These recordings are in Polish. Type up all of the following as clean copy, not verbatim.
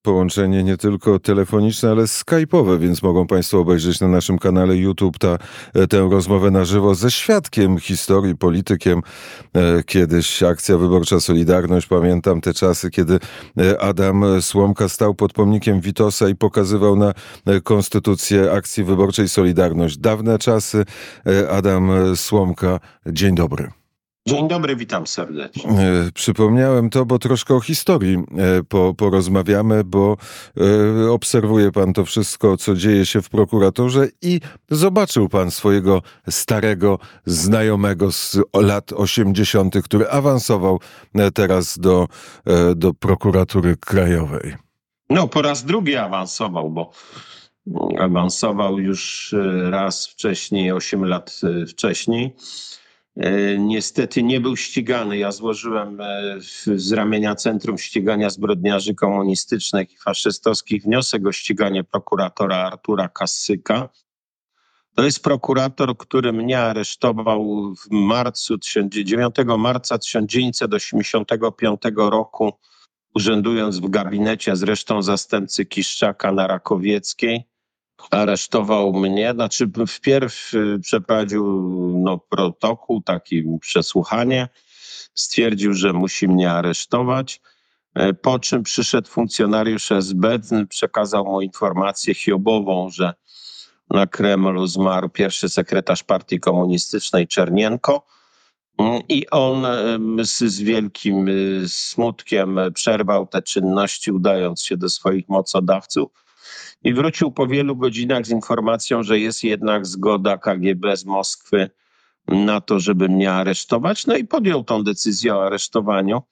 Połączenie nie tylko telefoniczne, ale skype'owe, więc mogą Państwo obejrzeć na naszym kanale YouTube tę rozmowę na żywo ze świadkiem historii, politykiem. Kiedyś akcja wyborcza Solidarność. Pamiętam te czasy, kiedy Adam Słomka stał pod pomnikiem Witosa i pokazywał na konstytucję akcji wyborczej Solidarność. Dawne czasy. Adam Słomka, dzień dobry. Dzień dobry, witam serdecznie. Przypomniałem to, bo troszkę o historii porozmawiamy, bo obserwuje pan to wszystko, co dzieje się w prokuraturze i zobaczył pan swojego starego znajomego z lat 80., który awansował teraz do prokuratury krajowej. No, po raz drugi awansował, bo awansował już raz wcześniej, 8 lat wcześniej. Niestety nie był ścigany. Ja złożyłem z ramienia Centrum Ścigania Zbrodniarzy Komunistycznych i Faszystowskich wniosek o ściganie prokuratora Artura Kaszyka. To jest prokurator, który mnie aresztował w 9 marca 1985 roku, urzędując w gabinecie zresztą zastępcy Kiszczaka na Rakowieckiej. Aresztował mnie, wpierw przeprowadził protokół, taki przesłuchanie, stwierdził, że musi mnie aresztować, po czym przyszedł funkcjonariusz SB, przekazał mu informację hiobową, że na Kremlu zmarł pierwszy sekretarz Partii Komunistycznej Czernienko i on z wielkim smutkiem przerwał te czynności, udając się do swoich mocodawców. I wrócił po wielu godzinach z informacją, że jest jednak zgoda KGB z Moskwy na to, żeby mnie aresztować. No i podjął tą decyzję o aresztowaniu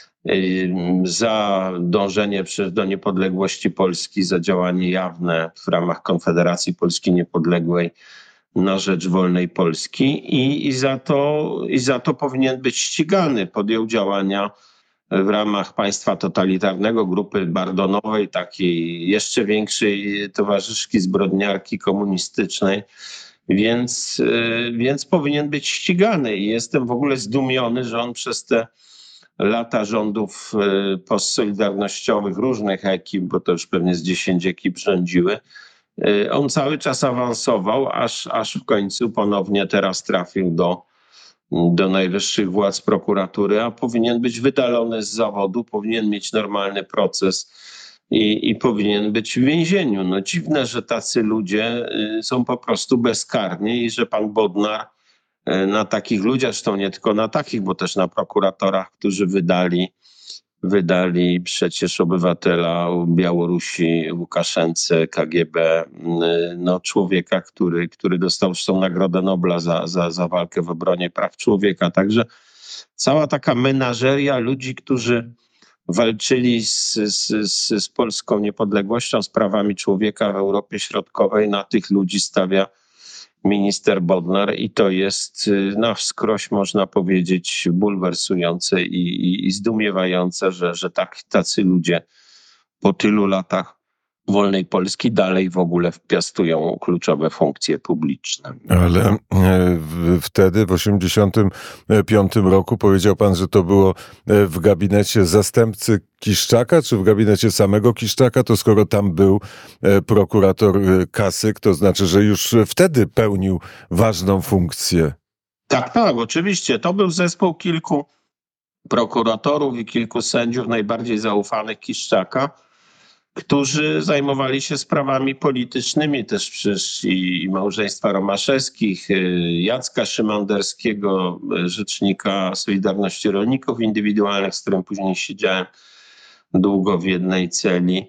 za dążenie do niepodległości Polski, za działanie jawne w ramach Konfederacji Polski Niepodległej na rzecz wolnej Polski i za to powinien być ścigany. Podjął działania w ramach państwa totalitarnego, grupy Bardonowej, takiej jeszcze większej towarzyszki zbrodniarki komunistycznej, więc powinien być ścigany. I jestem w ogóle zdumiony, że on przez te lata rządów postsolidarnościowych, różnych ekip, bo to już pewnie z 10 ekip rządziły, on cały czas awansował, aż w końcu ponownie teraz trafił do najwyższych władz prokuratury, a powinien być wydalony z zawodu, powinien mieć normalny proces i powinien być w więzieniu. No dziwne, że tacy ludzie są po prostu bezkarni i że pan Bodnar na takich ludziach, zresztą nie tylko na takich, bo też na prokuratorach, którzy wydali przecież obywatela Białorusi Łukaszence, KGB, człowieka, który dostał zresztą Nagrodę Nobla za walkę w obronie praw człowieka. Także cała taka menażeria ludzi, którzy walczyli z polską niepodległością, z prawami człowieka w Europie Środkowej, na tych ludzi stawia minister Bodnar i to jest na wskroś, można powiedzieć, bulwersujące i zdumiewające, że tacy ludzie po tylu latach wolnej Polski dalej w ogóle piastują kluczowe funkcje publiczne. Ale wtedy, w 1985 roku, powiedział pan, że to było w gabinecie zastępcy Kiszczaka, czy w gabinecie samego Kiszczaka? To skoro tam był prokurator Kaszyk, to znaczy, że już wtedy pełnił ważną funkcję. Tak, oczywiście. To był zespół kilku prokuratorów i kilku sędziów najbardziej zaufanych Kiszczaka, którzy zajmowali się sprawami politycznymi też przecież i małżeństwa Romaszewskich, Jacka Szymanderskiego, rzecznika Solidarności Rolników Indywidualnych, z którym później siedziałem długo w jednej celi,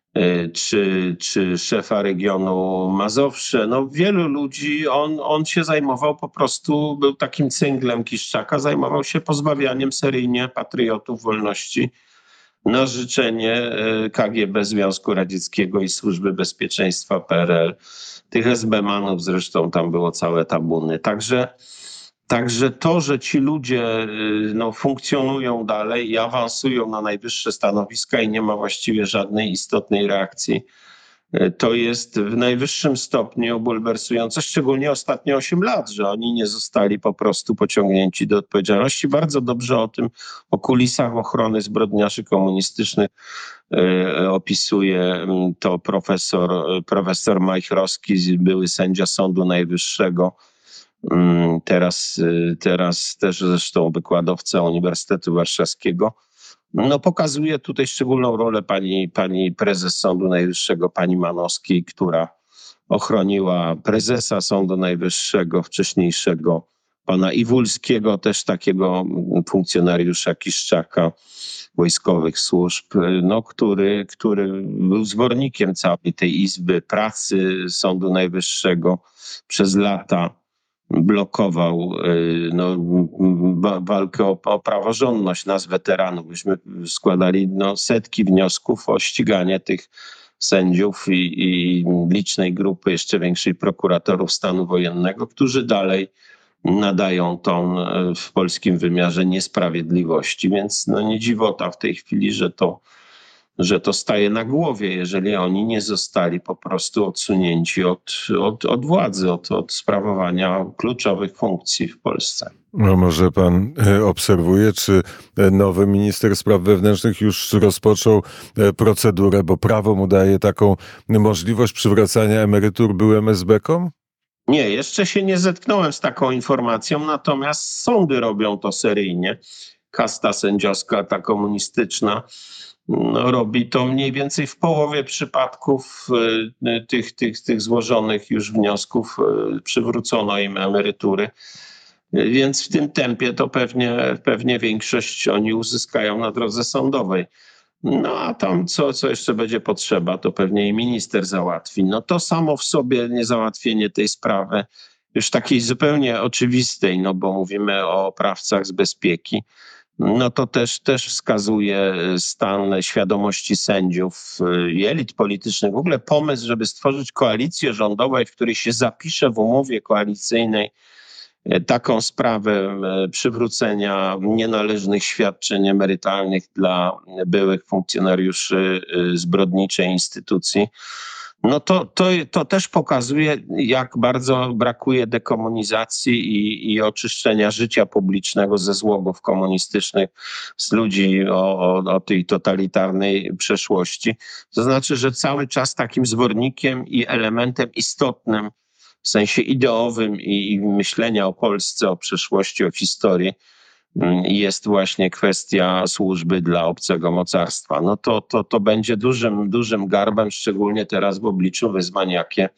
czy szefa regionu Mazowsze. Wielu ludzi, on się zajmował po prostu, był takim cynglem Kiszczaka, zajmował się pozbawianiem seryjnie patriotów wolności na życzenie KGB, Związku Radzieckiego i Służby Bezpieczeństwa PRL. Tych SB-manów zresztą tam było całe tabuny. Także to, że ci ludzie funkcjonują dalej i awansują na najwyższe stanowiska i nie ma właściwie żadnej istotnej reakcji To jest w najwyższym stopniu bulwersujące, szczególnie ostatnie 8 lat, że oni nie zostali po prostu pociągnięci do odpowiedzialności. Bardzo dobrze o kulisach ochrony zbrodniarzy komunistycznych opisuje to profesor Majchrowski, były sędzia Sądu Najwyższego, teraz też zresztą wykładowca Uniwersytetu Warszawskiego. No, pokazuje tutaj szczególną rolę pani prezes Sądu Najwyższego, pani Manowskiej, która ochroniła prezesa Sądu Najwyższego, wcześniejszego pana Iwulskiego, też takiego funkcjonariusza Kiszczaka wojskowych służb, no, który był zwornikiem całej tej izby pracy Sądu Najwyższego przez lata. Blokował walkę o praworządność nas weteranów. Myśmy składali setki wniosków o ściganie tych sędziów i licznej grupy, jeszcze większej prokuratorów stanu wojennego, którzy dalej nadają ton w polskim wymiarze niesprawiedliwości. Więc nie dziwota w tej chwili, że to staje na głowie, jeżeli oni nie zostali po prostu odsunięci od władzy, od sprawowania kluczowych funkcji w Polsce. No może pan obserwuje, czy nowy minister spraw wewnętrznych już rozpoczął procedurę, bo prawo mu daje taką możliwość przywracania emerytur byłym esbekom? Nie, jeszcze się nie zetknąłem z taką informacją, natomiast sądy robią to seryjnie. Kasta sędziowska, ta komunistyczna, robi to mniej więcej w połowie przypadków tych złożonych już wniosków przywrócono im emerytury. Więc w tym tempie to pewnie większość oni uzyskają na drodze sądowej. No a tam co jeszcze będzie potrzeba, to pewnie i minister załatwi. No to samo w sobie niezałatwienie tej sprawy, już takiej zupełnie oczywistej, no bo mówimy o oprawcach z bezpieki, no to też wskazuje stan świadomości sędziów i elit politycznych. W ogóle pomysł, żeby stworzyć koalicję rządową, w której się zapisze w umowie koalicyjnej taką sprawę przywrócenia nienależnych świadczeń emerytalnych dla byłych funkcjonariuszy zbrodniczej instytucji. No to też pokazuje, jak bardzo brakuje dekomunizacji i oczyszczenia życia publicznego ze złogów komunistycznych, z ludzi o tej totalitarnej przeszłości. To znaczy, że cały czas takim zwornikiem i elementem istotnym w sensie ideowym i myślenia o Polsce, o przeszłości, o historii jest właśnie kwestia służby dla obcego mocarstwa. No to będzie dużym garbem, szczególnie teraz w obliczu wyzwań,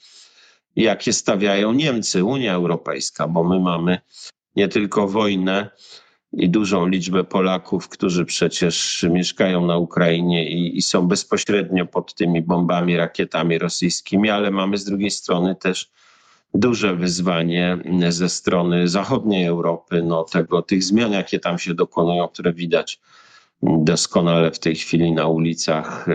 jakie stawiają Niemcy, Unia Europejska, bo my mamy nie tylko wojnę i dużą liczbę Polaków, którzy przecież mieszkają na Ukrainie i są bezpośrednio pod tymi bombami, rakietami rosyjskimi, ale mamy z drugiej strony też duże wyzwanie ze strony zachodniej Europy, tych zmian, jakie tam się dokonują, które widać doskonale w tej chwili na ulicach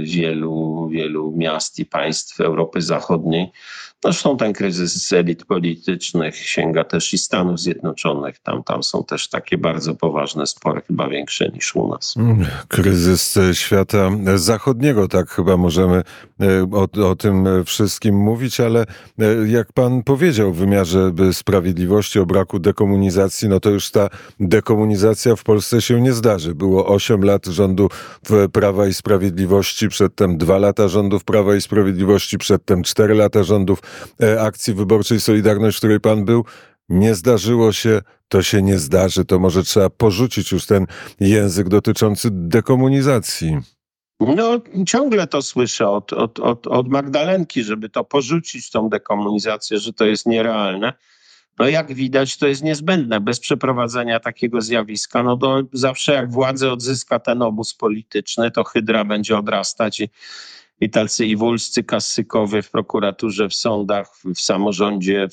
wielu miast i państw Europy Zachodniej. Zresztą ten kryzys elit politycznych sięga też i Stanów Zjednoczonych. Tam są też takie bardzo poważne spory, chyba większe niż u nas. Kryzys świata zachodniego, tak chyba możemy o tym wszystkim mówić, ale jak pan powiedział w wymiarze sprawiedliwości, o braku dekomunizacji, no to już ta dekomunizacja w Polsce się nie zdarzy. Było 8 lat rządu Prawa i Sprawiedliwości, przedtem 2 lata rządów Prawa i Sprawiedliwości, przedtem 4 lata rządów akcji wyborczej Solidarność, w której pan był. Nie zdarzyło się, to się nie zdarzy, to może trzeba porzucić już ten język dotyczący dekomunizacji. No, ciągle to słyszę od Magdalenki, żeby to porzucić, tą dekomunizację, że to jest nierealne. No jak widać, to jest niezbędne. Bez przeprowadzenia takiego zjawiska, no to zawsze jak władzę odzyska ten obóz polityczny, to hydra będzie odrastać i tacy iwulscy kassykowie w prokuraturze, w sądach, w samorządzie,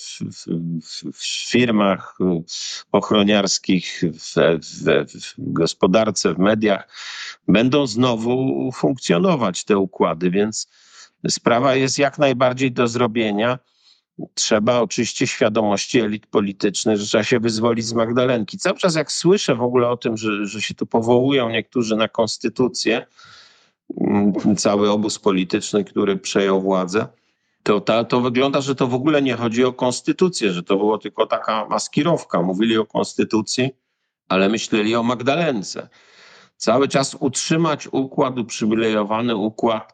w firmach ochroniarskich, w gospodarce, w mediach będą znowu funkcjonować te układy, więc sprawa jest jak najbardziej do zrobienia. Trzeba oczywiście świadomości elit politycznych, że trzeba się wyzwolić z Magdalenki. Cały czas jak słyszę w ogóle o tym, że się tu powołują niektórzy na konstytucję, cały obóz polityczny, który przejął władzę, to wygląda, że to w ogóle nie chodzi o konstytucję, że to było tylko taka maskirowka. Mówili o konstytucji, ale myśleli o Magdalence. Cały czas utrzymać układ, uprzywilejowany układ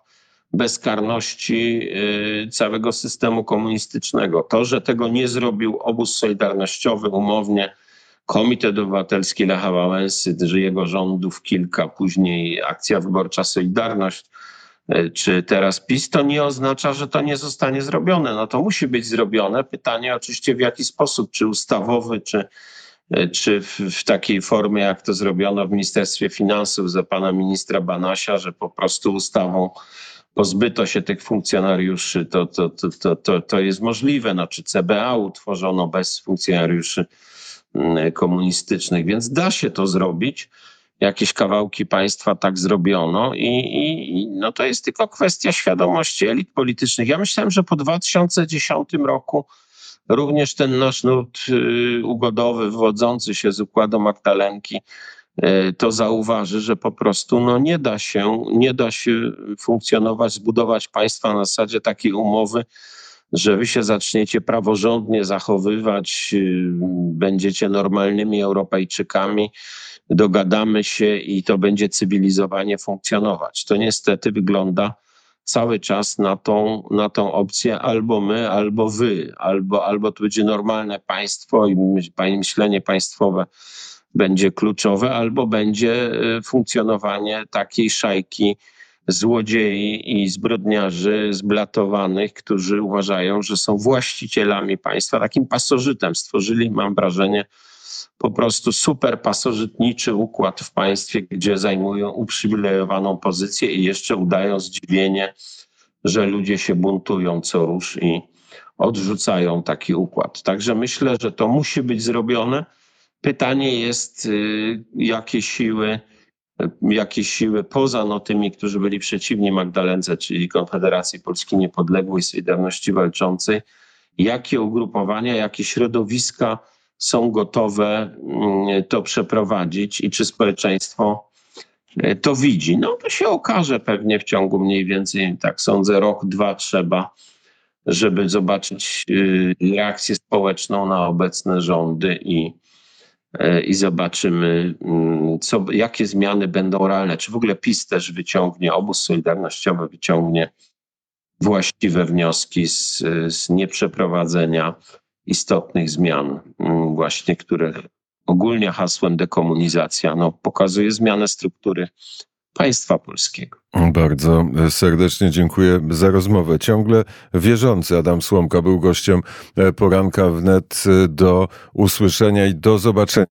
bezkarności całego systemu komunistycznego. To, że tego nie zrobił obóz solidarnościowy umownie, Komitet Obywatelski Lecha Wałęsy, jego rządów kilka, później Akcja Wyborcza Solidarność, czy teraz PiS, to nie oznacza, że to nie zostanie zrobione. No to musi być zrobione. Pytanie oczywiście w jaki sposób, czy ustawowy, czy w takiej formie, jak to zrobiono w Ministerstwie Finansów za pana ministra Banasia, że po prostu ustawą pozbyto się tych funkcjonariuszy, to jest możliwe. No, czy CBA utworzono bez funkcjonariuszy komunistycznych, więc da się to zrobić. Jakieś kawałki państwa tak zrobiono i no to jest tylko kwestia świadomości elit politycznych. Ja myślałem, że po 2010 roku również ten nasz nurt ugodowy wywodzący się z układu Magdalenki to zauważy, że po prostu no nie da się funkcjonować, zbudować państwa na zasadzie takiej umowy, że wy się zaczniecie praworządnie zachowywać, będziecie normalnymi Europejczykami, dogadamy się i to będzie cywilizowanie funkcjonować. To niestety wygląda cały czas na tą opcję albo my, albo wy, albo to będzie normalne państwo i myślenie państwowe będzie kluczowe, albo będzie funkcjonowanie takiej szajki złodziei i zbrodniarzy zblatowanych, którzy uważają, że są właścicielami państwa. Takim pasożytem stworzyli, mam wrażenie, po prostu super pasożytniczy układ w państwie, gdzie zajmują uprzywilejowaną pozycję i jeszcze udają zdziwienie, że ludzie się buntują co rusz i odrzucają taki układ. Także myślę, że to musi być zrobione. Pytanie jest, jakie siły poza tymi, którzy byli przeciwni Magdalence, czyli Konfederacji Polski Niepodległej, Solidarności Walczącej, jakie ugrupowania, jakie środowiska są gotowe to przeprowadzić i czy społeczeństwo to widzi. No to się okaże pewnie w ciągu mniej więcej, tak sądzę, rok, dwa trzeba, żeby zobaczyć reakcję społeczną na obecne rządy i zobaczymy, jakie zmiany będą realne. Czy w ogóle PiS też wyciągnie, obóz solidarnościowy wyciągnie właściwe wnioski z nieprzeprowadzenia istotnych zmian, właśnie które ogólnie hasłem dekomunizacja pokazuje zmianę struktury państwa polskiego. Bardzo serdecznie dziękuję za rozmowę. Ciągle wierzący Adam Słomka był gościem poranka wnet. Do usłyszenia i do zobaczenia.